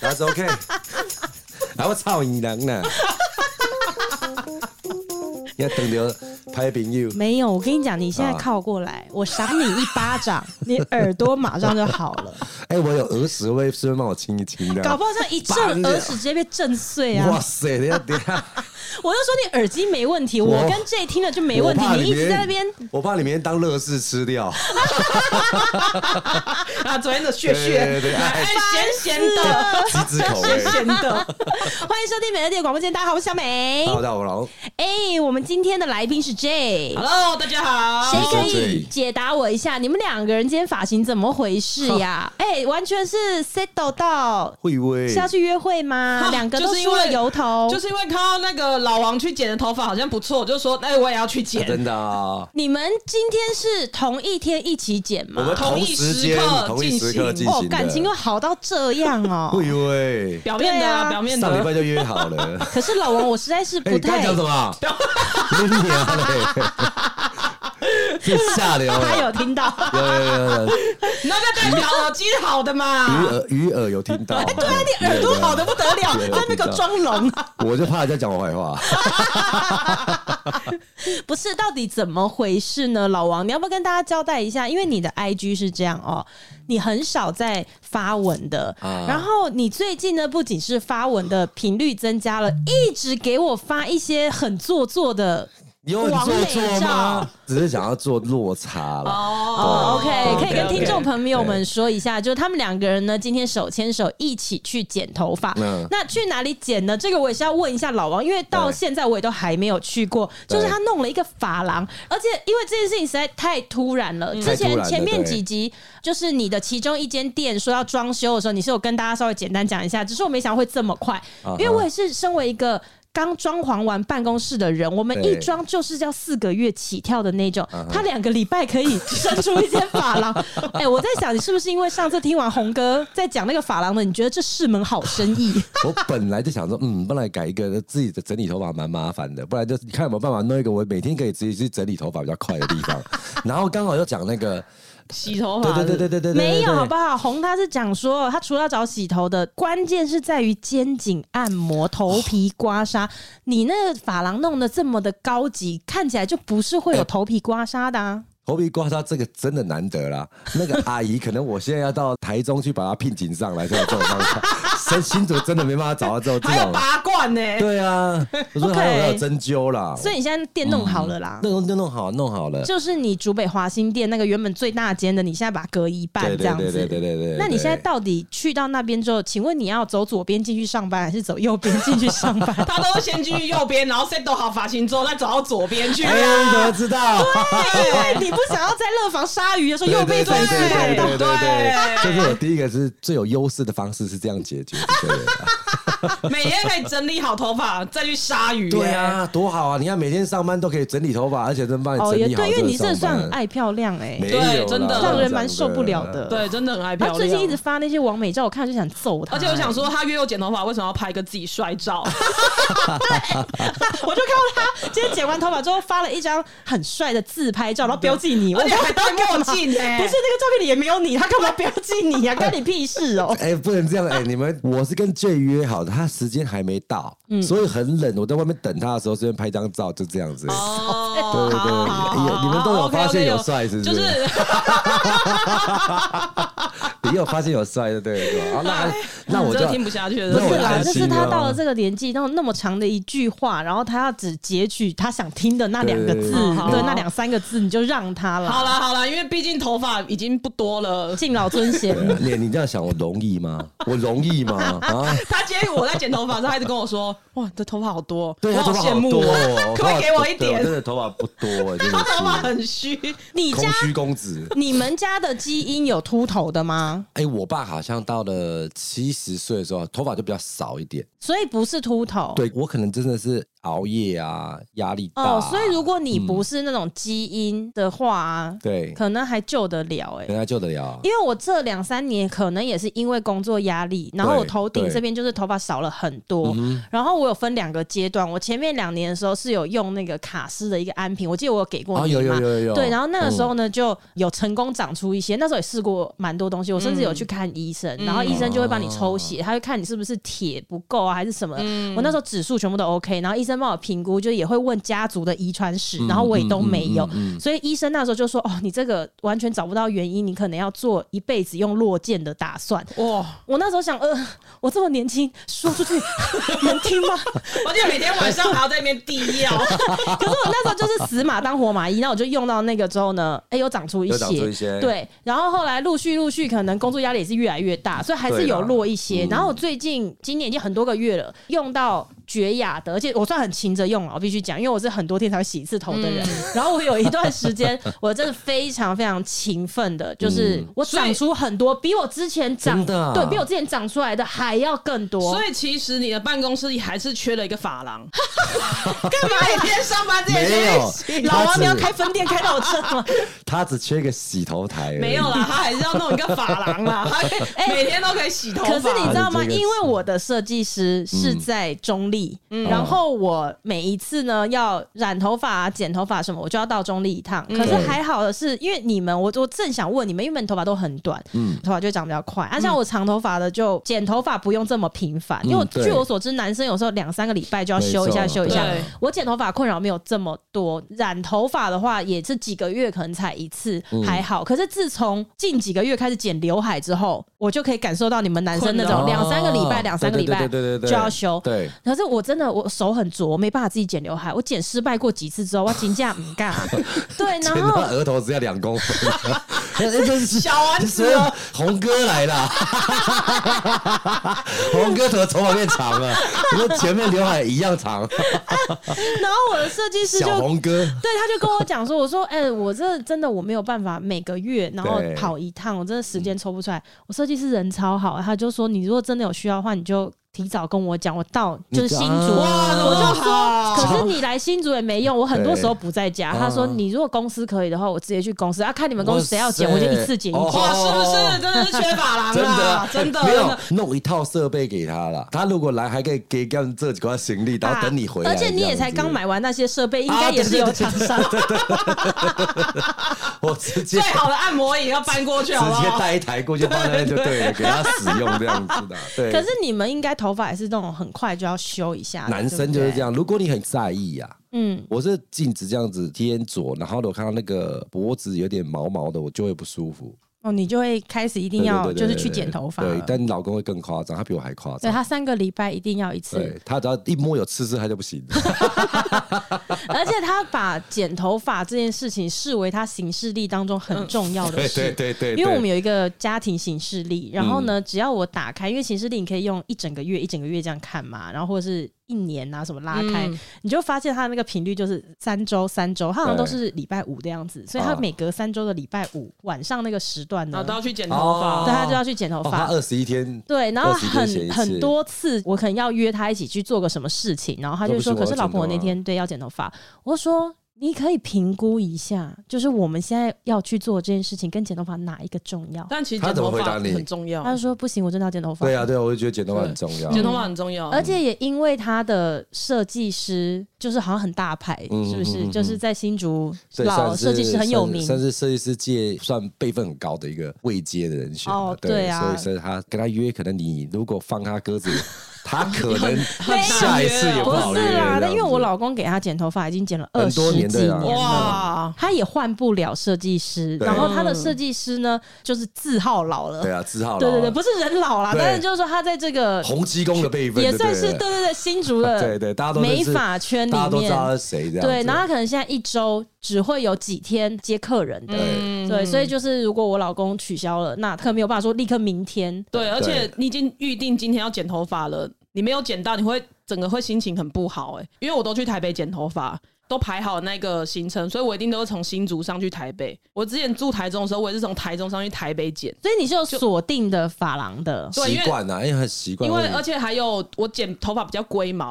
That's OK。啊，我操你娘呢！你等着拍朋友。 没有，我跟你讲，你现在靠过来，我赏你一巴掌，你耳朵马上就好了。 我有耳屎，会不会帮我清一清的？ 搞不好像一阵耳屎直接被震碎啊！ 哇塞，等一下。 我就说你耳机没问题，我跟 J 听了就没问题，你一直在那边， 我怕你明天当乐事吃掉。 昨天的血，咸的， 鸡汁口味， 咸的。 欢迎收听美乐蒂广播间，大家好，我是小美。 大家好，我老。 我们今天的来宾是 J。Hello， 大家好。 谁可以解答我一下，你们两个人今天发型怎么回事呀？完全是 settle 到，是要去约会吗？两个都梳了油头， 就是因为看到那个老王去剪的头发好像不错，就说我也要去剪。 真的啊？ 你们今天是同一天一起剪吗？ 我们同一时刻进行。 感情又好到这样哦。 表面的啊，表面的。 上礼拜就约好了。 可是老王，我实在是不太。 你刚讲什么？你娘嘞！这下流。 他有听到。 有。 那就代表耳机好的嘛。 鱼耳有听到。 对啊，你耳朵好的不得了，在那个装聋。 我就怕人家讲我坏话。 不是，到底怎么回事呢？老王，你要不要跟大家交代一下？因为你的 IG 是这样哦，你很少在发文的，然后你最近呢，不仅是发文的频率增加了，一直给我发一些很做作的。 有很做作吗？只是想要做落差了。 OK， 可以跟听众朋友们说一下，就是他们两个人呢，今天手牵手一起去剪头发。那去哪里剪呢？这个我也是要问一下老王，因为到现在我也都还没有去过。就是他弄了一个发廊，而且因为这件事情实在太突然了。之前前面几集就是你的其中一间店说要装修的时候，你是有跟大家稍微简单讲一下，只是我没想到会这么快，因为我也是身为一个。刚装潢完办公室的人，我们一装就是要4个月起跳的那种，他2个礼拜可以生出一间发廊。我在想，你是不是因为上次听完洪哥在讲那个发廊的，你觉得这是门好生意？ 我本来就想说，本来改一个自己的整理头发蛮麻烦的，不然就你看有没有办法弄一个我每天可以直接去整理头发比较快的地方。然后刚好又讲那个。 洗头发对， 没有好不好？洪他是讲说，他除了找洗头的，关键是在于肩颈按摩、头皮刮痧。你那个发廊弄得这么的高级，看起来就不是会有头皮刮痧的啊。 头皮刮痧这个真的难得啦，那个阿姨可能我现在要到台中去把她聘请上来才有这种方法，新竹真的没办法找到这种。 还有拔罐呢？ 对啊，我说还有针灸啦。 所以你现在店弄好了啦？ 弄好了。 就是你竹北华新店那个原本最大间的，你现在把它隔一半这样子。 对。 那你现在到底去到那边之后，请问你要走左边进去上班，还是走右边进去上班？ 他都是先进去右边，然后 set 好发型之后再走到左边去。 你怎么知道？ 对，因为你不想要在乐坊杀鱼的时候右边左边看到。 对，这是我第一个是最有优势的方式，是这样解决。 每天可以整理好头发再去杀鱼。 对啊，多好啊！你看每天上班都可以整理头发，而且真帮你整理好。 对，因为你这算很爱漂亮对，真的让人蛮受不了的。 对，真的很爱漂亮。 他最近一直发那些网美照，我看就想揍他。 而且我想说，他约我剪头发，为什么要拍一个自己帅照？ 对，我就看到他今天剪完头发之后发了一张很帅的自拍照，然后标记你， 而且还当给我进不是那个照片里也没有你，他干嘛标记你啊？关你屁事哦！ 不能这样你们我是跟 J 约好的，他时间还没到，所以很冷，我在外面等他的时候，顺便拍张照，就这样子。对，你们都有发现有帅，是不是？就是，你有发现有帅的，对吧？那我就听不下去了。 不是啦，就是他到了这个年纪，那么长的一句话，然后他要只截取他想听的那2个字，对，那2、3个字，你就让他了。 好啦，因为毕竟头发已经不多了， 敬老尊贤。 你这样想，我容易吗？我容易吗？ 他今天我在剪头发的时候，他一直跟我说：“哇，你的头发好多， 对， 我好羡慕哦，可不可以给我一点？” 真的头发不多，真的他头发很虚。 空虚公子， 你们家的基因有秃头的吗？ 我爸好像到了70岁的时候，头发就比较少一点， 所以不是秃头。 对，我可能真的是熬夜啊，压力大所以如果你不是那种基因的话， 对， 可能还救得了可能还救得了。 因为我这2-3年可能也是因为工作压力，然后我头顶这边就是头发少了很多，然后我有分2个阶段，我前面2年的时候是有用那个卡诗的一个安瓶，我记得我有给过你嘛， 有对，然后那个时候呢就有成功长出一些，那时候也试过蛮多东西，我甚至有去看医生，然后医生就会帮你抽血，他会看你是不是铁不够啊还是什么，我那时候指数全部都 OK， 然后医生帮我评估，就也会问家族的遗传史，然后我也都没有，所以医生那时候就说你这个完全找不到原因，你可能要做一辈子用落剑的打算。哇！我那时候想我这么年轻说出去能听吗？ 而且每天晚上还要在那边滴药。 可是我那时候就是死马当活马医，那我就用到那个之后呢，有长出一些，对，然后后来陆续可能工作压力也是越来越大，所以还是有落一些。然后我最近今年已经很多个月了，用到绝雅的，而且我算很勤着用了，我必须讲，因为我是很多天才会洗一次头的人。然后我有一段时间，我真的非常非常勤奋的，就是我长出很多，比我之前长对比我之前长出来的还要更多。 所以其实你的办公室里还是缺了一个发廊。干嘛每天上班这件事情？ 老王，你要开分店开到我这吗？ 他只缺一个洗头台， 没有啦，他还是要弄一个发廊啦，他每天都可以洗头发。 可是你知道吗？因为我的设计师是在中立，然后我每一次呢要染头发啊、剪头发什么，我就要到中立一趟。可是还好的是，因为你们，我正想问你们，因为你们头发都很短，头发就会长比较快。像我长头发的，就剪头发不用这么频繁，因为据我所知，男生有时候2-3个礼拜就要修一下。我剪头发困扰没有这么多，染头发的话也是几个月可能才一次，还好。可是自从近几个月开始剪刘海之后，我就可以感受到你们男生那种2-3个礼拜就要修。对，可是我真的我手很拙，没办法自己剪刘海。我剪失败过几次之后，我真的不干。对，然后额头只要2公分， 小丸子红哥来了，红哥头发变长了，跟前面刘海一样长。 然后我的设计师就小红哥， 对，他就跟我讲说，我说我这真的我没有办法每个月然后跑一趟，我真的时间抽不出来。我设计师人超好，他就说你如果真的有需要的话，你就提早跟我讲，我到就是新竹，我就说，可是你来新竹也没用，我很多时候不在家。他说你如果公司可以的话，我直接去公司，看你们公司谁要剪，我就一次剪一件。 哇，是不是真的是缺发廊啊？真的没有弄一套设备给他了，他如果来还可以给干这几块行李，然后等你回来。 而且你也才刚买完那些设备，应该也是有厂商。 我直接最好的按摩椅要搬过去，直接带一台过去放那边就对了，给他使用这样子的。对。 可是你们应该头发也是那种很快就要修一下， 男生就是这样。如果你很在意啊，我是镜子这样子天左，然后我看到那个脖子有点毛毛的，我就会不舒服。 你就会开始一定要就是去剪头发。 对，但你老公会更夸张，他比我还夸张。 对，他3个礼拜一定要一次。 对，他只要一摸有刺他就不行。 而且他把剪头发这件事情视为他行事历当中很重要的事。 对， 因为我们有一个家庭行事历，然后呢，只要我打开，因为行事历你可以用一整个月这样看嘛，然后或者是1年啊什么拉开，你就发现他的那个频率就是3周，他好像都是礼拜5的样子，所以他每隔3周的礼拜5晚上那个时段呢， 都要去剪头发， 对，他就要去剪头发。 他21天， 对，然后很多次我可能要约他一起去做个什么事情，然后他就说，可是老婆我那天对要剪头发，我说你可以评估一下，就是我们现在要去做这件事情跟剪头发哪一个重要？ 但其实剪头发很重要。 他就说不行，我真的要剪头发。 对啊，我就觉得剪头发很重要， 剪头发很重要。 而且也因为他的设计师就是好像很大牌，是不是？就是在新竹老设计师很有名， 算是设计师界算辈分很高的一个位阶的人选。对啊，所以他跟他约，可能你如果放他鸽子。他可能下一次也不好约。 不是啦，因为我老公给他剪头发已经剪了20几年了，哇，他也换不了设计师。然后他的设计师呢，就是字号老了。 对啊，字号老。 对，不是人老啦，但是就是说他在这个洪七公的辈分也算是对新竹的大家都美发圈里面， 大家都知道他是谁这样。 对，然后他可能现在1周只会有几天接客人的，对，所以就是如果我老公取消了，那可能没有办法说立刻明天。 对，而且你已经预定今天要剪头发了。你没有剪到，你会整个会心情很不好因为我都去台北剪头发，都排好那个行程，所以我一定都是从新竹上去台北。我之前住台中的时候，我也是从台中上去台北剪， 所以你是有锁定的发廊的习惯啊，因为很习惯。 因为而且还有我剪头发比较龟毛。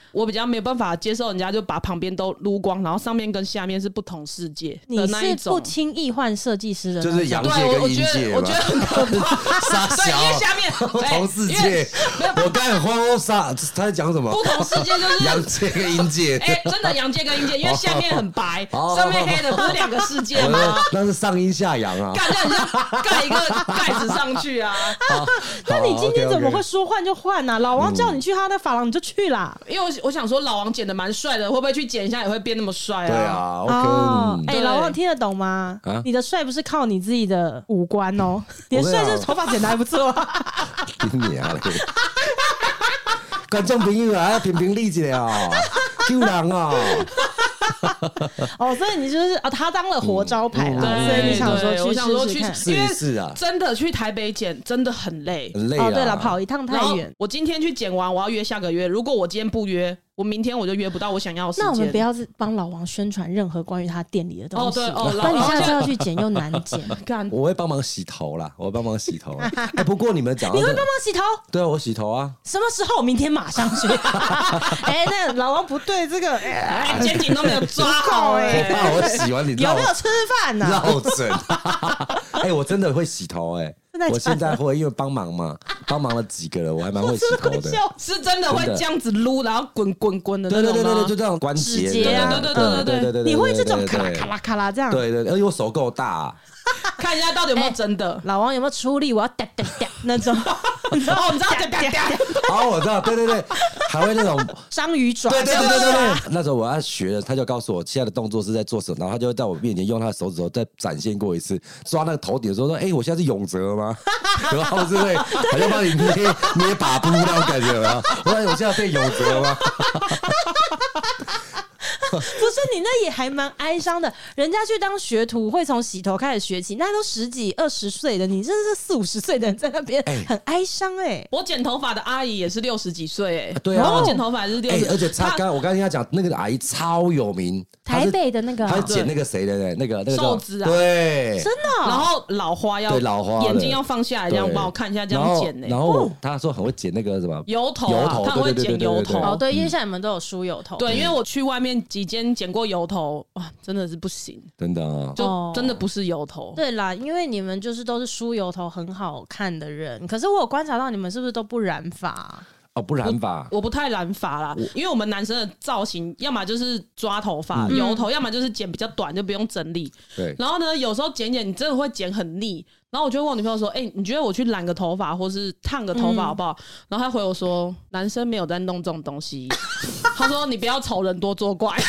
我比较没有办法接受人家就把旁边都撸光，然后上面跟下面是不同世界的那一种。你是不轻易换设计师的， 就是阳界跟阴界嘛。 我觉得很可怕。 傻小， 因为下面不同世界。我刚才慌慌傻，他在讲什么？ 不同世界就是阳界跟阴界。 真的阳界跟阴界，因为下面很白，上面黑的，不是2个世界吗？ 那是上阴下阳啊。 干，这样盖一个盖子上去啊。 那你今天怎么会说换就换啊？老王叫你去他的发廊你就去啦。 因为我想说老王剪的蛮帅的，会不会去剪一下也会变那么帅啊？ 对啊，OK。 老王听得懂吗？你的帅不是靠你自己的五官哦，你的帅是头发剪得还不错。 你啊！观众朋友啊，评评理一下哦，救人哦。 所以你就是他当了活招牌啦，所以你想说去试一试啊？ 真的去台北剪真的很累， 很累啊。 对了，跑一趟太远。 我今天去剪完，我要约下个月。如果我今天不约，我明天我就约不到我想要的时间。 那我们不要帮老王宣传任何关于他店里的东西。 那你下次要去剪又难剪。 我会帮忙洗头啦，我会帮忙洗头。不过你们讲， 你会帮忙洗头？ 对啊，我洗头啊。 什么时候？明天马上去。那老王不对，这个肩颈都没有抓好我怕我洗完你有没有吃饭呢？ 落枕。我真的会洗头我现在会，因为帮忙了几个了，我还蛮会洗头的。 是真的会这样子撸，然后滚的那种吗？对，就这样关节。 对， 你会这种咔啦咔啦咔啦这样？ 对，而且我手够大。 看一下到底有没有真的， 老王有没有出力？我要哒哒哒那种。 你知道哒哒哒。 我知道，对，还会那种章鱼爪。 对。那时候我要学的，他就告诉我现在的动作是在做什么，然后他就会在我面前用他的手指头再展现过一次，抓那个头顶的时候说：“我现在是永泽吗？”然后是不是还要帮你捏把布那种感觉吗？我现在变永泽吗？ 不是，你那也还蛮哀伤的。人家去当学徒会从洗头开始学起，那都10几20岁的，你这是40、50岁的人在那边很哀伤。 我剪头发的阿姨也是60几岁对啊， 我剪头发也是60。 而且我刚跟他讲，那个阿姨超有名， 台北的那个， 她剪那个谁的那个瘦子啊， 对， 真的。 然后老花眼睛要放下来，这样帮我看一下，这样剪然后他说很会剪那个什么油头，他会剪油头。 对，因为现在你们都有梳油头。 对，因为我去外面几间剪过油头，哇，真的是不行， 真的啊， 就真的不是油头。 对啦，因为你们就是都是梳油头很好看的人，可是我有观察到你们是不是都不染发？ 不染发， 我不太染发啦，因为我们男生的造型，要么就是抓头发油头，要么就是剪比较短，就不用整理。 对， 然后呢，有时候剪你真的会剪很腻。然后我就问我女朋友说：“你觉得我去染个头发，或是烫个头发好不好？”然后她回我说：“男生没有在弄这种东西。”她说：“你不要丑人多作怪。”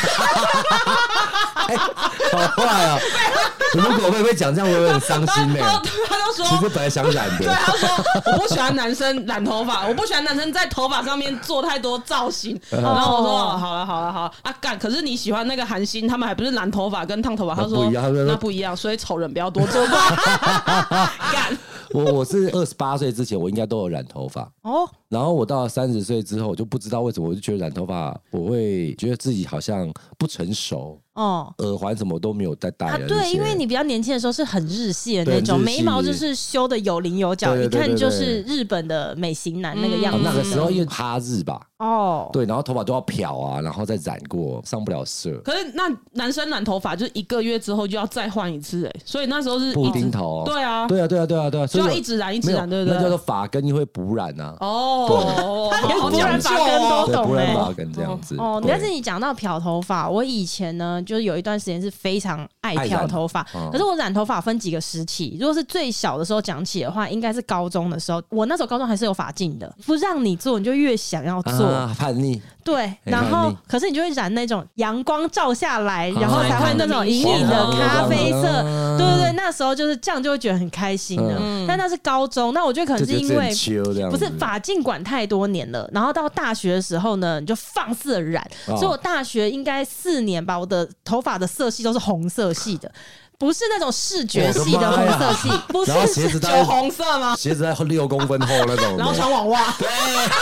好坏啊！如果我会讲这样，我会很伤心他就说：“ 其实本来想染的。” 对，他说：“我不喜欢男生染头发，我不喜欢男生在头发上面做太多造型。”然后我说：“好了啊，干！可是你喜欢那个韩星，他们还不是染头发跟烫头发？”他说：“那不一样，所以丑人不要多作怪。”干！ 我是28岁之前，我应该都有染头发然后我到了30岁之后，我就不知道为什么，我就觉得染头发，我会觉得自己好像不成熟。耳环什么都没有再戴对，因为你比较年轻的时候是很日系的那种，眉毛就是修的有棱有角，一看就是日本的美型男那个样子。 那个时候因为哈日吧，对，然后头发都要漂啊，然后再染过，上不了色。 可是那男生染头发就是1个月之后就要再换一次所以那时候是布丁头。 对啊， 就要一直染，对不对？ 那叫做发根会补染啊。 补染发根都懂补染发根这样子。 但是你讲到漂头发，我以前呢，就是有一段时间是非常爱漂头发，可是我染头发分几个时期。如果是最小的时候讲起的话，应该是高中的时候。我那时候高中还是有发镜的，不让你做，你就越想要做， 叛逆。 对，然后可是你就会染那种阳光照下来，然后才会那种隐隐的咖啡色。对，那时候就是这样，就会觉得很开心的。但那是高中，那我觉得可能是因为不是发镜管太多年了，然后到大学的时候呢，你就放肆染。所以我大学应该4年吧，我的头发的色系都是红色系的。不是那种视觉系的红色系，不是酒红色吗？ 鞋子在6公分厚那种， 然后穿网袜，对，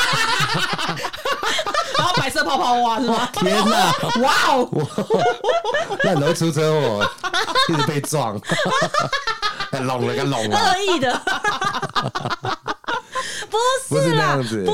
然后白色泡泡袜是吗？ 天哪， 哇哦！ 那你会出车祸，一直被撞，聋了， 恶意的。不是啦，不是日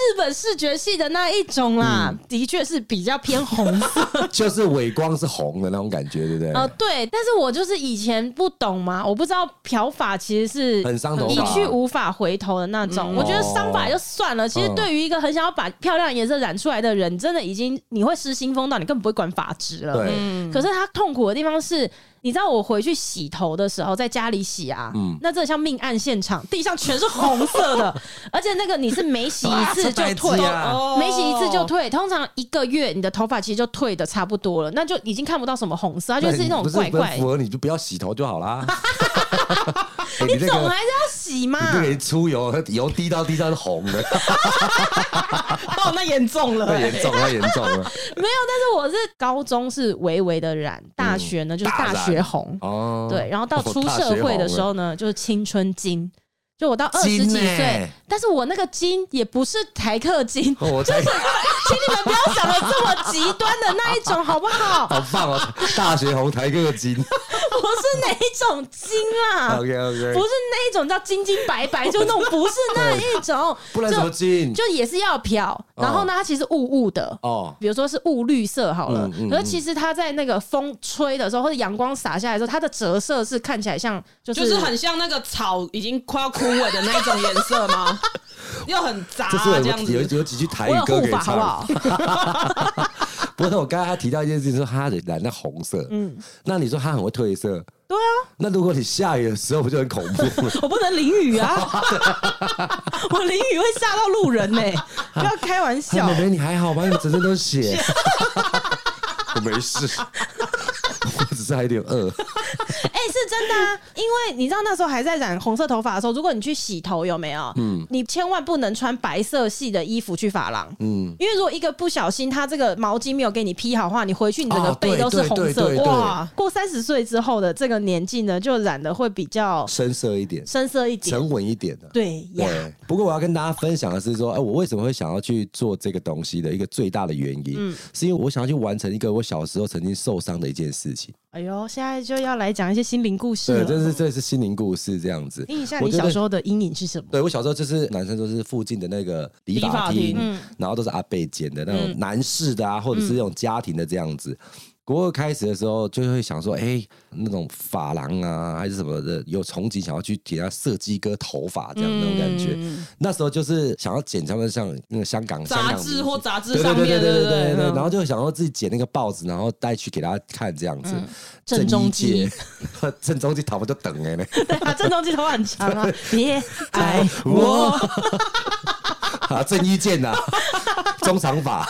本视觉系的那一种啦，的确是比较偏红色， 就是伪光是红的那种感觉，对不对？ 对，但是我就是以前不懂嘛，我不知道漂发其实是很伤头发， 一去无法回头的那种。我觉得伤发就算了，其实对于一个很想要把漂亮颜色染出来的人，真的已经你会失心疯到你根本不会管发质了。 对， 可是他痛苦的地方是。你知道我回去洗头的时候，在家里洗啊，那真的像命案现场，地上全是红色的，而且那个你是每洗一次就退，每洗一次就退，通常1个月你的头发其实就退的差不多了，那就已经看不到什么红色，它就是那种怪怪。 符合你就不要洗头就好啦。 你总还是要洗嘛， 你不可以出油，油滴到地上是红的。 哦，那严重了， 太严重了。 没有，但是我是高中是微微的染，大学呢就是大学红哦，对，然后到出社会的时候呢，就是青春金。就我到20几岁，但是我那个金也不是台客金，就是请你们不要想的这么极端的那一种，好不好？ 好棒哦，大学红台客金，不是哪一种金啊 ？OK， 不是那一种叫金金白白，就那种不是那一种， 不然什么金？ 就也是要漂，然后呢，它其实雾雾的哦，比如说是雾绿色好了，可是其实它在那个风吹的时候或者阳光洒下来的时候，它的折射是看起来像就是很像那个草已经快要枯萎的那一种颜色吗？又很杂，这样子。 有几句台语歌可以唱，好不好？不过我刚才他提到一件事情，说他染那红色，那你说他很会褪色， 对啊。 那如果你下雨的时候，不就很恐怖？ 我不能淋雨啊！我淋雨会吓到路人呢，不要开玩笑。 妹妹你还好吗？你整身都是血。我没事。我只是还有点饿。 是真的啊，因为你知道那时候还在染红色头发的时候，如果你去洗头有没有？你千万不能穿白色系的衣服去发廊，因为如果一个不小心，他这个毛巾没有给你披好的话，你回去你整个背都是红色。哇！过30岁之后的这个年纪呢，就染的会比较深色一点，沉稳一点的。 对呀。 不过我要跟大家分享的是说，我为什么会想要去做这个东西的一个最大的原因，是因为我想要去完成一个我小时候曾经受伤的一件事情。 哎呦，现在就要来讲一些心灵故事了。 对，这是心灵故事这样子。 听一下你小时候的阴影是什么？ 对，我小时候就是男生都是附近的那个理发厅，然后都是阿伯剪的那种男士的啊，或者是那种家庭的这样子。国二开始的时候，就会想说，那种发廊啊，还是什么的，有憧憬想要去给他设计割头发这样那种感觉。那时候就是想要剪他们像那个香港杂志或杂志上面，对， 然后就想要自己剪那个报纸，然后带去给他看这样子。 郑中基， 郑中基头发就等哎， 对啊，郑中基头发很长啊，别爱我。 啊，郑伊健呐，中长发。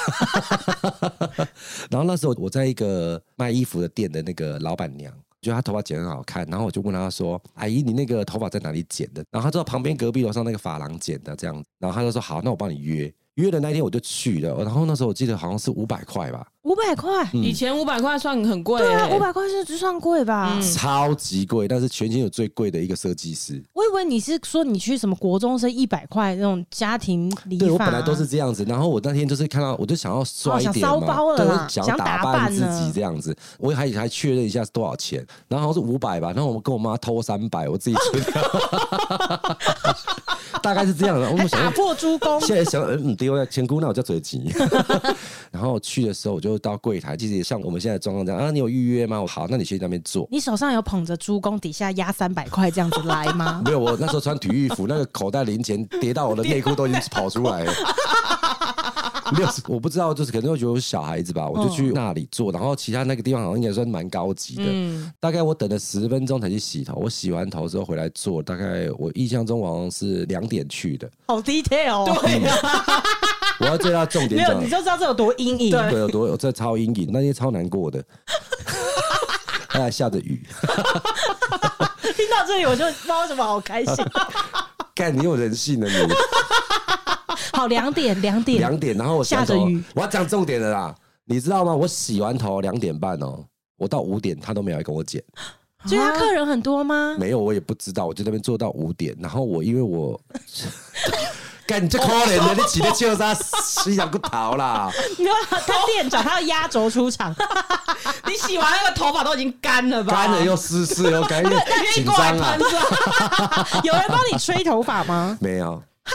然后那时候我在一个卖衣服的店的那个老板娘，觉得她头发剪得很好看，然后我就问她说：“阿姨，你那个头发在哪里剪的？”然后她说旁边隔壁楼上那个发廊剪的这样，然后她就说：“好，那我帮你约。”约的那天我就去了，然后那时候我记得好像是500块吧 ，500块， 以前500块算很贵， 对啊，500块是算贵吧， 超级贵，但是全新有最贵的一个设计师。 我以为你是说你去什么国中生100块那种家庭理发， 对我本来都是这样子，然后我那天就是看到，我就想要刷一点嘛， 想骚包了啦， 想打扮自己这样子，我还确认一下是多少钱，然后好像是500吧，然后我们跟我妈偷300，我自己存的。大概是这样的，我们打破猪公。 现在想，对啊，前姑那我叫嘴急。然后去的时候，我就到柜台，其实也像我们现在的状况这样啊，你有预约吗？好，那你去那边坐。 你手上有捧着猪公，底下压300块这样子来吗？ 没有，我那时候穿体育服，那个口袋零钱跌到我的内裤都已经跑出来了。没有，我不知道，就是可能会觉得我是小孩子吧，我就去那里坐，然后其他那个地方好像应该算蛮高级的。大概我等了10分钟才去洗头，我洗完头之后回来坐，大概我印象中好像是2点去的。 好 detail 哦。 对。 我要最大重点讲， 没有，你就知道这有多阴影。 对，有多这超阴影，那天超难过的，还下着雨。 听到这里我就不知道为什么好开心。 干，你有人性了你。 好，2点， 然后我下着雨， 我要讲重点的啦，你知道吗？我洗完头2点半哦，我到5点他都没有来跟我剪。 所以他客人很多吗？ 没有，我也不知道，我就在那边坐到5点，然后因为我。干，你这可怜的，你起的就他洗两个头啦！ 没有，他店长他要压轴出场。 你洗完那个头发都已经干了吧？ 干了又湿又干，紧张啊！ 有人帮你吹头发吗？ 没有。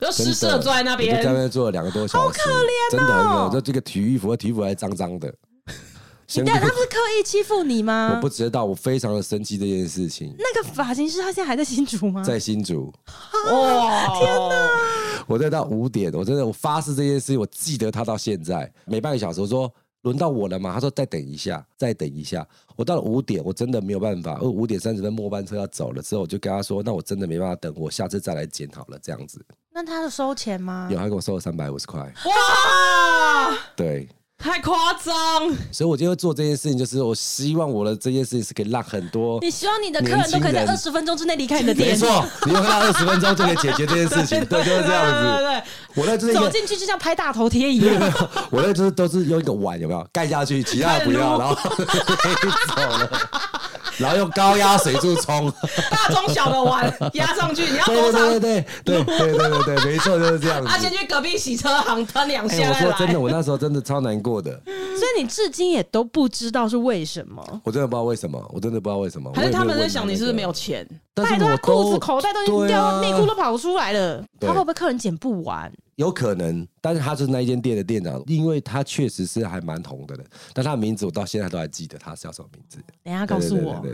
就湿湿的坐在那边， 在那边坐了2个多小时， 好可怜真的很可怜。就这个体育服还脏脏的。 他不是刻意欺负你吗？ 我不知道，我非常的生气这件事情。 那个发型师他现在还在新竹吗？ 在新竹。 哇！ 天哪！ 我再到5点，我发誓这件事，我记得他到现在每半个小时。我说轮到我了吗？他说再等一下，再等一下。我到了5点，我真的没有办法。5点30分末班车要走了之后，我就跟他说，那我真的没办法等，我下次再来剪好了这样子。 那他有收钱吗？ 有，他给我收了350块。 哇！ 对。 太夸张， 所以我今天会做这件事情，就是我希望我的这件事情是可以让很多， 你希望你的客人都可以在20分钟之内离开你的店， 没错，你用他20分钟就可以解决这件事情，对，就是这样子。 对， 我那就是走进去就像拍大头贴一样， 我那就是都是用一个碗，有没有盖下去，其他的不要，然后走了。然后用高压水柱冲， 大中小的碗压上去，你要多长？ 对，没错，就是这样子。 他先去隔壁洗车行喷2下。 我说真的，我那时候真的超难过的。 所以你至今也都不知道是为什么？ 我真的不知道为什么，我真的不知道为什么。 还是他们在想你是不是没有钱？ 但是他裤子口袋都已经掉，内裤都跑出来了，他会不会客人捡不完？ 有可能，但是他是那一间店的店长，因为他确实是还蛮红的人，但他的名字我到现在都还记得，他叫什么名字？ 等一下告诉我。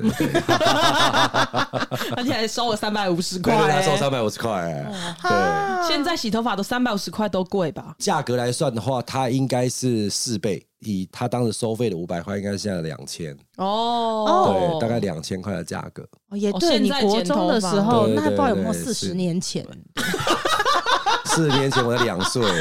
而且还收了350块， 他收350块。对， 现在洗头发都350块都贵吧？ 价格来算的话，它应该是4倍，以他当时收费的500块，应该是现在的2000。对，大概2000块的价格。 也对，你国中的时候，那不知道有没有40年前。 4年前我才2岁，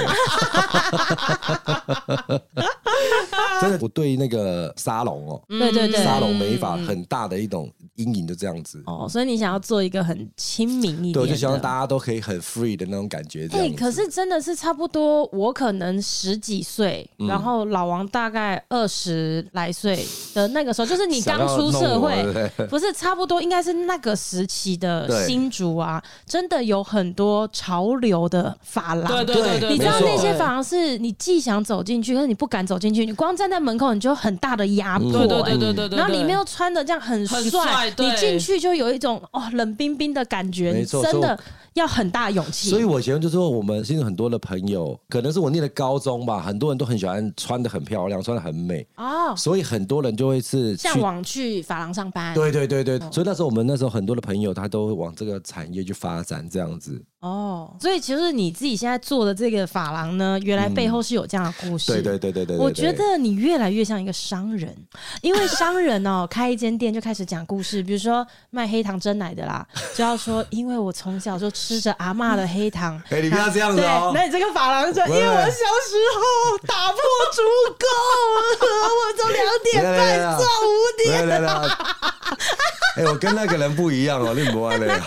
真的，我对那个沙龙对， 沙龙美发很大的一种阴影，就这样子。 所以你想要做一个很亲民一点的， 对，我就希望大家都可以很 free 的那种感觉。 可是真的是差不多，我可能10几岁，然后老王大概20来岁的那个时候，就是你刚出社会，不是差不多应该是那个时期的新竹啊，真的有很多潮流的发廊。 对， 你知道那些发廊是你既想走进去，可是你不敢走进去，你光站在门口你就很大的压迫。 对， 然后里面又穿的这样很帅，你进去就有一种冷冰冰的感觉，你真的要很大勇气。 所以我以前就说，我们现在很多的朋友，可能是我念的高中吧，很多人都很喜欢穿的很漂亮，穿的很美所以很多人就会是向往去发廊上班。 对，所以那时候我们很多的朋友，他都会往这个产业去发展，这样子。 所以其实你自己现在做的这个发廊呢，原来背后是有这样的故事。 对， 我觉得你越来越像一个商人，因为商人开一间店就开始讲故事，比如说卖黑糖珍奶的啦，就要说因为我从小就吃着阿嬷的黑糖。 你不要这样子哦。 那你这个发廊说，因为我小时候打破竹钩，我从2点半做5点。 我跟那个人不一样哦，你不安嘞。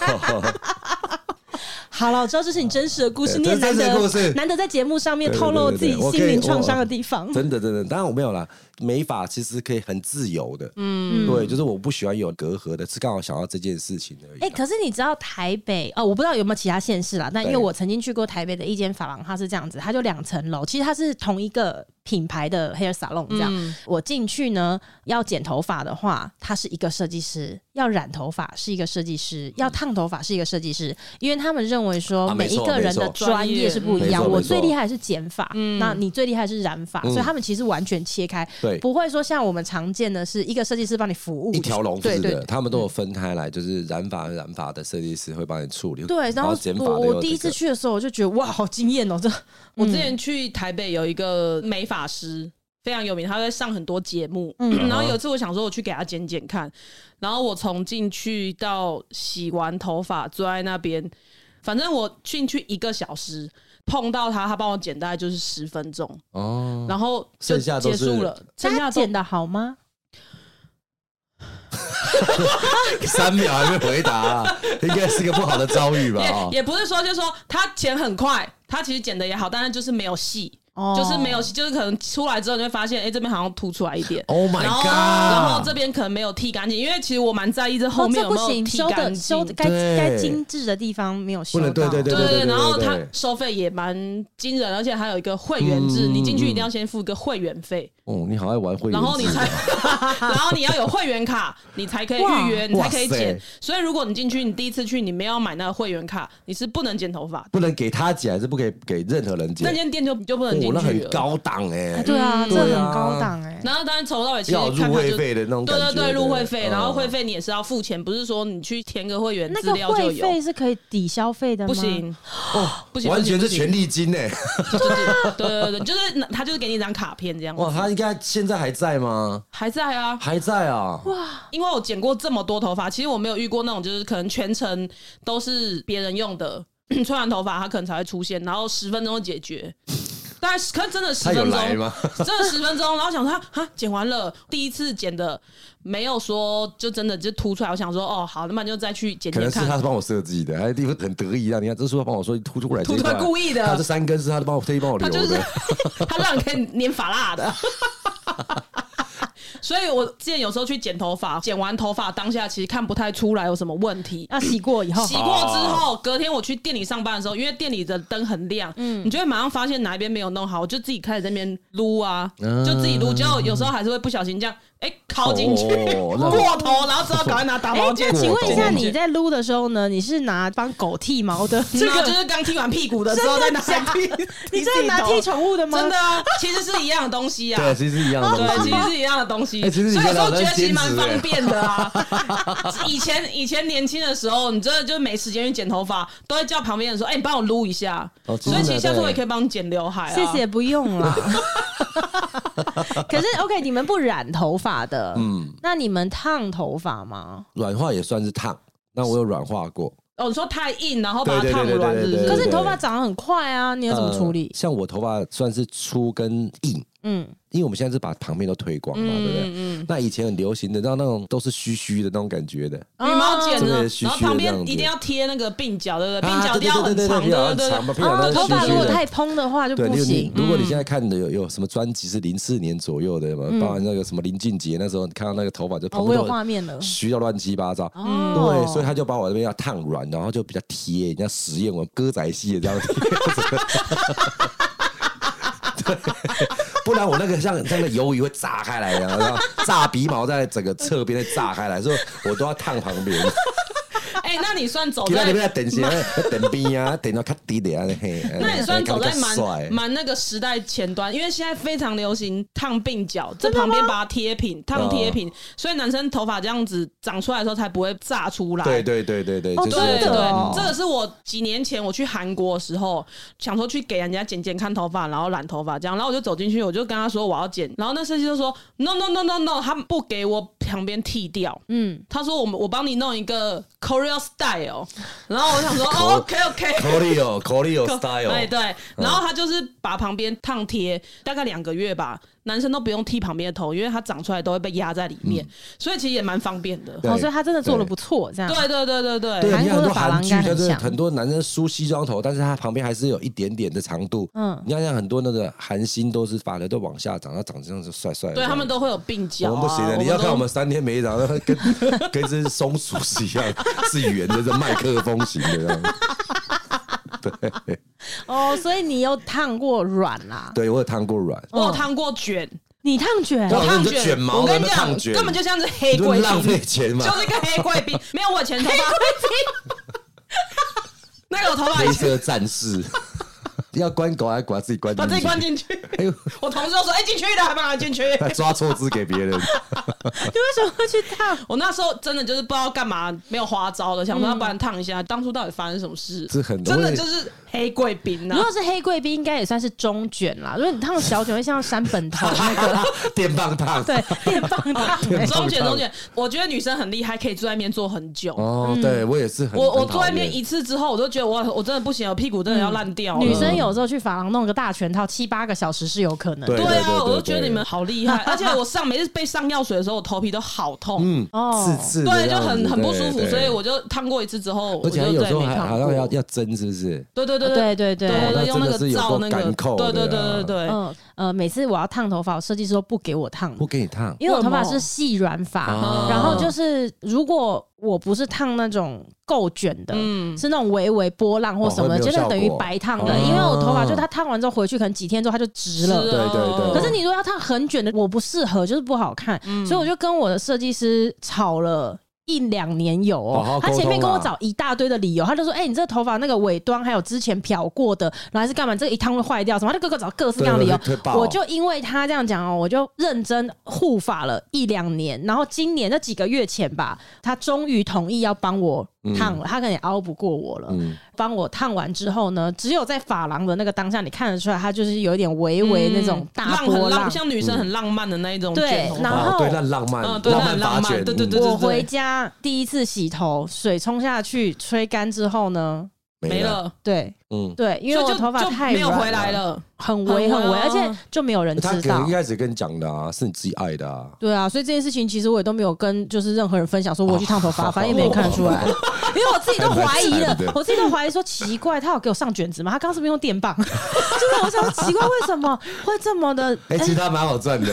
好了，我知道这是你真实的故事，你也难得在节目上面透露自己心灵创伤的地方。 真的，当然我没有啦。美发其实可以很自由的，对，就是我不喜欢有隔阂的，是刚好想到这件事情而已。 可是你知道台北我不知道有没有其他县市啦，但因为我曾经去过台北的一间发廊，它是这样子，它就2层楼，其实它是同一个品牌的 hair salon 这样。我进去呢，要剪头发的话，它是一个设计师；要染头发是一个设计师；要烫头发是一个设计师，因为他们认为说每一个人的专业是不一样。我最厉害是剪发，那你最厉害是染发，所以他们其实完全切开。不会说像我们常见的是一个设计师帮你服务一条龙式的，他们都有分开来，就是染发的设计师会帮你处理。 对，然后我第一次去的时候，我就觉得哇，好惊艳哦！ 我之前去台北有一个美发师非常有名，他会上很多节目。然后有一次我想说我去给他剪剪看，然后我从进去到洗完头发坐在那边，反正我进去1个小时。碰到他帮我剪大概就是10分钟然后就结束了。 他剪的好吗 ？3秒还没回答，应该是个不好的遭遇吧？ 也不是说，就是说他剪很快，他其实剪的也好，但是就是没有细。 就是没有，就是可能出来之后你会发现，这边好像凸出来一点。 Oh my god！ 然后这边可能没有剃干净，因为其实我蛮在意这后面有没有剃干净， 修该精致的地方没有修到。 对，然后它收费也蛮惊人，而且还有一个会员制，你进去一定要先付一个会员费。 哦，你好爱玩会员制， 然后你要有会员卡，你才可以预约，你才可以剪。所以如果你进去，你第一次去，你没有买那个会员卡，你是不能剪头发， 不能给他剪，还是不可以给任何人剪？ 那间店就不能进去了。 那很高档对啊，这很高档然后当然从头到尾其实要入会费的那种感觉， 对，入会费，然后会费你也是要付钱，不是说你去填个会员资料就有。 那个会费是可以抵消费的吗？ 不行，不行， 完全是权利金对，就是他就是给你一张卡片这样子。 哇，他应该现在还在吗？ 还在啊， 还在啊！ 哇，因为我剪过这么多头发，其实我没有遇过那种就是可能全程都是别人用的，吹完头发他可能才会出现，然后10分钟就解决。大概可是真的10分钟，真的10分钟，然后想说剪完了，第一次剪的没有说就真的就凸出来，我想说好，那么就再去剪剪看。 可能是他是帮我设计的，还地方很得意啊！你看，这是他帮我说凸出来， 凸出来故意的。 他这3根是他特意帮我留的， 他让你可以粘发蜡的。所以我之前有时候去剪头发，剪完头发当下其实看不太出来有什么问题。 那洗过以后， 洗过之后，隔天我去店里上班的时候，因为店里的灯很亮，你就会马上发现哪一边没有弄好，我就自己开始在那边撸啊，就自己撸，结果有时候还是会不小心这样。靠进去过头，然后之后赶快拿打毛巾。 那请问一下，你在撸的时候呢？你是拿帮狗剃毛的？ 这个就是刚剃完屁股的时候再拿剃。 你真的拿剃宠物的吗？ 真的啊，其实是一样的东西啊。 对，其实是一样的东西。 对，其实是一样的东西。所以有时候觉得其实蛮方便的啊。以前年轻的时候，你真的就没时间去剪头发，都会叫旁边人说：“你帮我撸一下。”所以其实下次我也可以帮你剪刘海啊。 谢谢，不用啦。可是 OK， 你们不染头发的，那你们烫头发吗？ 软化也算是烫，那我有软化过。 你说太硬，然后把它烫软，是不是？ 可是你头发长得很快啊，你要怎么处理？ 像我头发算是粗跟硬，因为我们现在是把旁边都推光嘛，对不对？那以前很流行的，那种都是虚虚的那种感觉的羽毛剪的，然后旁边一定要贴那个鬓角，对不对？鬓角一定要很长，对。 头发如果太蓬的话就不行。 如果你现在看的有什么专辑是04年左右的嘛，包含那个什么林俊杰那时候，你看到那个头发就我有画面了， 虚到乱七八糟。对，所以他就把我这边要烫软，然后就比较贴，人家实验我歌仔戏的这样贴。对，不然我那个像那个鱿鱼会炸开来，然后炸鼻毛在整个侧边会炸开来，所以我都要烫旁边。 那你算走在等边啊，等到较低的啊， 那你算走在蛮那个时代前端，因为现在非常流行烫鬓角，在旁边把它贴平，烫贴平，所以男生头发这样子长出来的时候才不会炸出来。 对， 对，这个是我几年前我去韩国的时候，想说去给人家剪看头发，然后染头发这样，然后我就走进去，我就跟他说我要剪，然后那设计就说 no， 他不给我旁边剃掉，他说我帮你弄一个 Korea style， 然后我想说OK Korea style， 对，然后他就是把旁边烫贴，大概2个月吧。男生都不用剃旁边的头，因为它长出来都会被压在里面，所以其实也蛮方便的。 所以他真的做得不错，这样。 对， 韩国的发廊应该很强。 很多男生梳西装头，但是他旁边还是有一点点的长度。你看像很多那个韩星都是发的都往下长，他长这样子帅帅的。 对，他们都会有鬢角。 我们不行的，你要看我们3天没长，跟这松鼠是一样，是圆的，是麦克风型的这样。对。 所以你有烫过软啦？ 对，我有烫过软， 我有烫过卷。 你烫卷？ 我烫卷毛， 我跟你讲，根本就像是黑贵宾， 浪费钱嘛， 就是一个黑贵宾。没有我以前头发，黑贵宾，那个我头发黑色战士。要关狗还是把自己关进去？ 把自己关进去。我同事都说：“进去的，还把他进去。” 还抓错字给别人。你为什么会去烫？ 我那时候真的就是不知道干嘛，没有花招的，想说要不然烫一下。当初到底发生什么事？真的就是黑贵宾啊！ 如果是黑贵宾，应该也算是中卷啦。如果你烫小卷，会像山本头那个电棒烫。 对，电棒烫。 中卷。我觉得女生很厉害，可以坐在那边坐很久。 对我也是很。 我坐在那边一次之后，我都觉得我真的不行，我屁股真的要烂掉。 女生有时候去发廊弄个大全套，7-8个小时是有可能的。 对啊，我都觉得你们好厉害。而且我每次被上药水的时候， 候，我头皮都好痛， 刺刺的， 对，就很不舒服，所以我就烫过一次之后， 而且有时候还好像要针，是不是？ 对，用那个照那个， 对，每次我要烫头发，设计师都不给我烫， 不给你烫， 因为我头发是细软发，然后就是如果我不是烫那种够卷的，是那种微微波浪或什么，就等于白烫的，因为我头发就它烫完之后回去可能几天之后它就直了， 对。 可是你如果要烫很卷的，我不适合，就是不好看，所以我就跟我的设计师吵了1-2年有哦，他前面跟我找一大堆的理由，他就说：“你这个头发那个尾端还有之前漂过的，然后还是干嘛？这个一烫会坏掉什么？”他就找各式各样的理由。我就因为他这样讲哦，我就认真护发了1-2年，然后今年这几个月前吧，他终于同意要帮我烫了，他可能也熬不过我了。帮我烫完之后呢，只有在发廊的那个当下，你看得出来，他就是有一点微微那种大波浪， 像女生很浪漫的那一种卷头发。然后对，那浪漫，发卷。 对。 我回家第一次洗头，水冲下去，吹干之后呢， 没了。 对，对，因为我头发太没有回来了， 很微，而且就没有人知道。 他可能一开始跟你讲的啊，是你自己爱的啊。 对啊，所以这件事情其实我也都没有跟就是任何人分享，说我去烫头发，反正也没人看得出来，因为我自己都怀疑了，我自己都怀疑说奇怪，他有给我上卷子吗？他刚刚是不是用电棒？就是我想说奇怪，为什么会这么的？ 其实他蛮好赚的，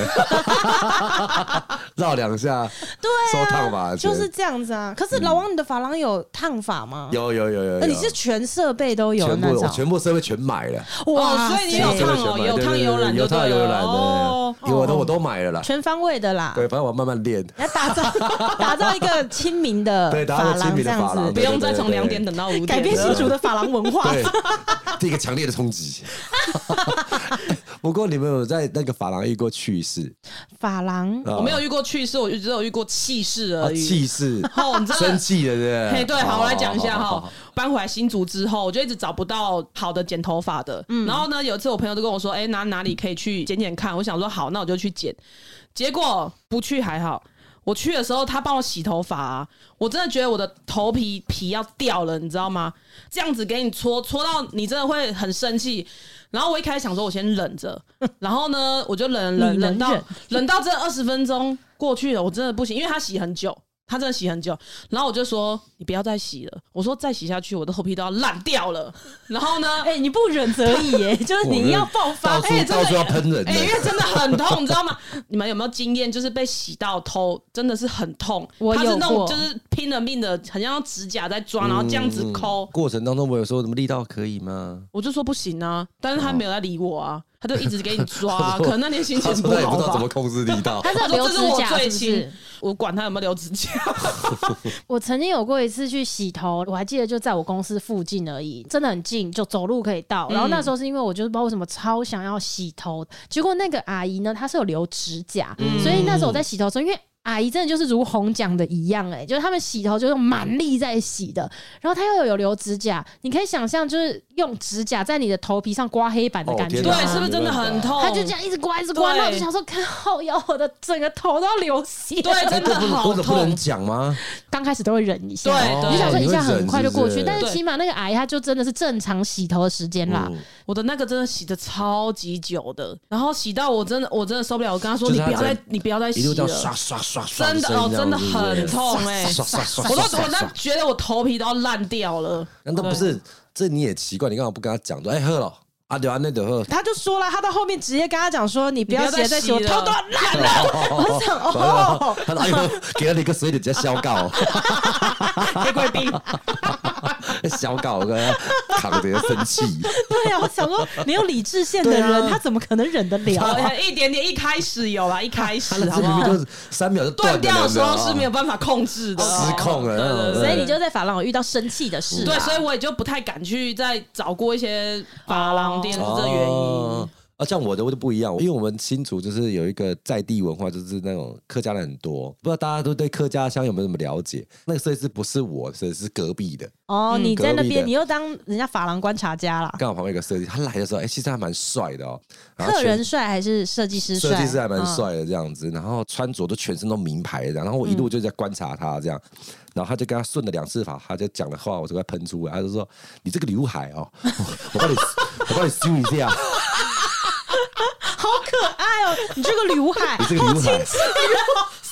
绕2下， 对， 收烫发就是这样子啊。可是老王，你的发廊有烫发吗？ 有， 你是全设备都有那种， 全部设备全买了。 哇， 所以你有烫哦，有烫有染， 有烫有染的，我都买了啦， 全方位的啦。 对，反正我慢慢练， 要打造一个亲民的发廊这样子， 不用再从2点等到5点， 改变新竹的发廊文化。 第一个强烈的冲击。不过你们有在那个发廊遇过趣事？ 发廊我没有遇过趣事，我只有遇过气势而已。 气势，生气了，对不对？ 好，我来讲一下哈。搬回来新竹之后，我就一直找不到好的剪头发的。然后呢，有一次我朋友就跟我说：“哪里可以去剪剪看？”我想说好，那我就去剪。结果不去还好。我去的时候，他帮我洗头发我真的觉得我的头皮要掉了，你知道吗？这样子给你搓到你真的会很生气。然后我一开始想说，我先忍着，然后呢，我就忍到这20分钟过去了，我真的不行，因为他洗很久。他真的洗很久，然后我就说你不要再洗了，我说再洗下去我的头皮都要烂掉了。然后呢， 你不忍则已耶，就是你要爆发， 到处要喷人， 因为真的很痛，你知道吗？你们有没有经验，就是被洗到头真的是很痛？他是那种就是拼了命的，很像用指甲在抓，然后这样子抠。 过程当中我有说什么力道可以吗？ 我就说不行啊，但是他没有在理我啊。他就一直给你抓，可能那天心情不好吧。 他也不知道怎么控制力道。 他是留指甲是不是？ 我管他有没有留指甲。 我曾经有过一次去洗头，我还记得就在我公司附近而已，真的很近，就走路可以到。然后那时候是因为我就是不知道为什么超想要洗头，结果那个阿姨呢，她是有留指甲，所以那时候我在洗头的时候，因为阿姨真的就是如红讲的一样，就是他们洗头就用蛮力在洗的，然后她又有留指甲，你可以想象就是用指甲在你的头皮上刮黑板的感觉， 对，是不是真的很痛？ 她就这样一直刮一直刮，然后我就想说，看好腰，我的整个头都要流血， 对，真的好痛。 不能讲吗？ 刚开始都会忍一下， 对， 你想说一下很快就过去，但是起码那个阿姨她就真的是正常洗头的时间啦。 我的那个真的洗的超级久的，然后洗到我真的受不了，我跟她说你不要再洗了， 刷刷刷， 真的真的很痛我都觉得我头皮都要烂掉了。 那不是，这你也奇怪，你干嘛不跟他讲说，喝了啊，对啊，那就喝。 他就说了，他到后面直接跟他讲说，你不要再洗，我头都烂了。我想他给了你一个水，你直接消告， 黑贵宾。 小搞个扛着生气， 对啊，我想说没有理智线的人，他怎么可能忍得了？ 一点点，一开始有啦，一开始好不好？就是3秒就断掉的时候是没有办法控制的， 失控了。 所以你就在发廊有遇到生气的事， 对，所以我也就不太敢去再找过一些发廊店，是这原因。 像我就不一样，因为我们新竹就是有一个在地文化，就是那种客家人很多，不知道大家都对客家乡有没有什么了解？那个设计师不是我，是隔壁的。 你在那边，你又当人家发廊观察家啦。 刚好旁边有个设计，他来的时候，其实还蛮帅的哦。 客人帅还是设计师帅？ 设计师还蛮帅的这样子，然后穿着都全身都名牌的，然后我一路就在观察他这样。然后他就跟他顺了2次法，他就讲的话我就快喷出来，他就说：“你这个刘海哦，我帮你修一下。” 好可爱哦！你这个刘海， 你这个刘海， 修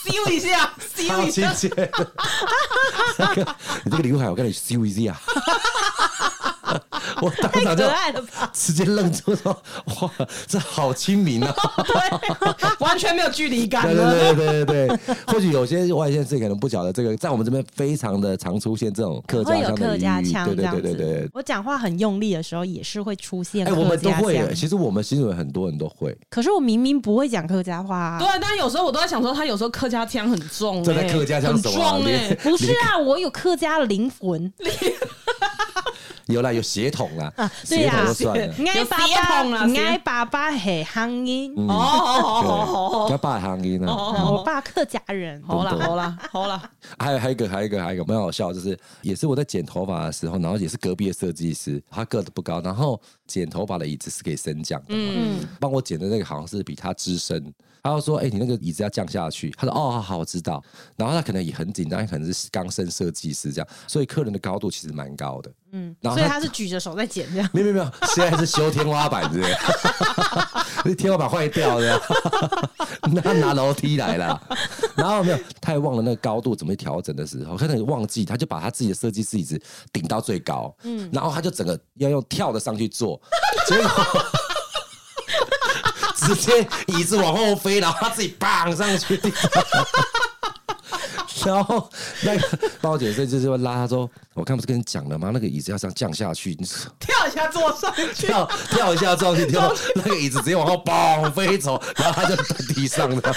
修一下，修一下， 你这个刘海我跟你修一下。我当场就直接愣住说：“哇，这好亲民啊！” 对，完全没有距离感了。对，或许有些外县市可能不晓得这个，在我们这边非常的常出现这种客家腔的客家腔， 对。 我讲话很用力的时候也是会出现客家腔。 我们都会。其实我们新竹人很多人都会。 可是我明明不会讲客家话啊。 对，但有时候我都在想说，他有时候客家腔很重。 真的客家腔什么？ 不是啊，我有客家的灵魂。 有啦，有血统啦， 对呀，算了， 应该爸爸系乡音哦，爸乡音啊， 我爸客家人。 好啦， 还有一个蛮好笑，就是也是我在剪头发的时候，然后也是隔壁的设计师，他个子不高，然后剪头发的椅子是可以升降的，帮我剪的那个好像是比他资深。他就说：“你那个椅子要降下去。”他说：“哦，好，我知道。”然后他可能也很紧张，可能是刚升设计师这样，所以客人的高度其实蛮高的。 然后所以他是举着手在剪这样。 没有，现在是修天花板之类的，天花板坏掉的，拿楼梯来了。然后没有，他也忘了那个高度怎么调整的时候，可能忘记，他就把他自己的设计师椅子顶到最高，然后他就整个要用跳的上去坐，结果。直接椅子往后飞，然后他自己砰上去，然后那个帮我剪设计师就拉他说：“我刚不是跟你讲了吗？那个椅子要这样降下去，你跳一下坐上去， 跳一下撞去，跳那个椅子直接往后嘣飞走，然后他就在地上了。”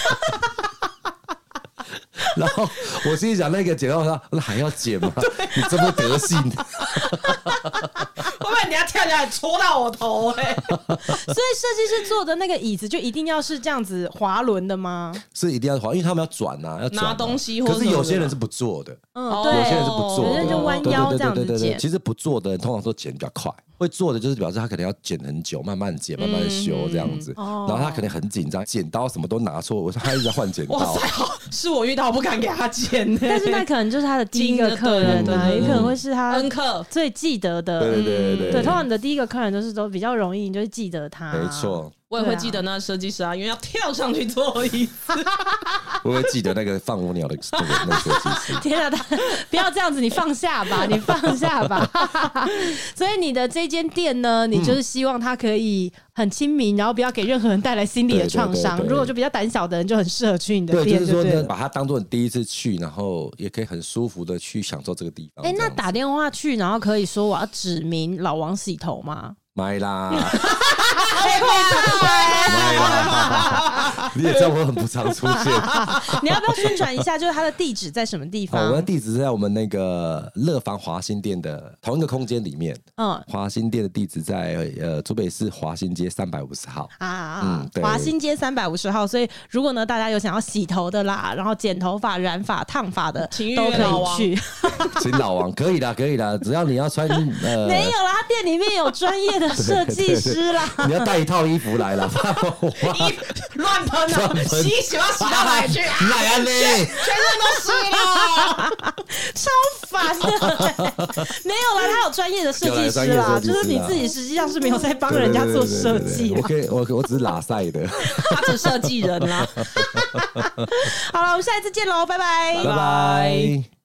然后我心里想，那个剪刀说：“那还要剪吗？你这么德性。” 会不会你要跳下来戳到我头？所以设计师做的那个椅子就一定要是这样子滑轮的吗？ 是一定要滑，因为他们要转啊，要拿东西。可是有些人是不做的， 对， 有些人是不做的， 有些人就弯腰这样子剪。 其实不做的人通常都剪比较快。会做的就是表示他可能要剪很久，慢慢剪，慢慢修这样子。然后他可能很紧张，剪刀什么都拿错，我说他一直在换剪刀。 哇塞，是我遇到我不敢给他剪。 但是那可能就是他的第一个客人啊，也可能会是他恩客最记得的。 对， 通常你的第一个客人都比较容易，你就会记得他。 没错。 我也会记得那个设计师啊，因为要跳上去坐椅子。 我会记得那个放我鸟的那个设计师。 天啊，不要这样子，你放下吧，你放下吧。所以你的这间店呢，你就是希望它可以很亲民，然后不要给任何人带来心理的创伤。如果就比较胆小的人，就很适合去你的店。 对，就是说呢，把它当做你第一次去，然后也可以很舒服的去享受这个地方。 那打电话去，然后可以说我要指明老王洗头吗？ 买啦。你也知道我很不常出现。 你要不要宣传一下？就是它的地址在什么地方？ 我们的地址是在我们那个乐坊华新店的同一个空间里面。华新店的地址在竹北市华新街350号啊。华新街350号。所以如果呢大家有想要洗头的啦，然后剪头发、染发、烫发的，都可以去。 请老王可以啦，只要你要穿没有啦，他店里面有专业的设计师啦。 你要带一套衣服来了， 乱喷啊！洗要洗到哪里去啊？ 来啊你， 全身都湿了， 超烦的。没有啦，他有专业的设计师啦，就是你自己实际上是没有在帮人家做设计。 我只是拉塞的， 他只设计人啦。 好了，我们下一次见喽，拜拜， 拜拜。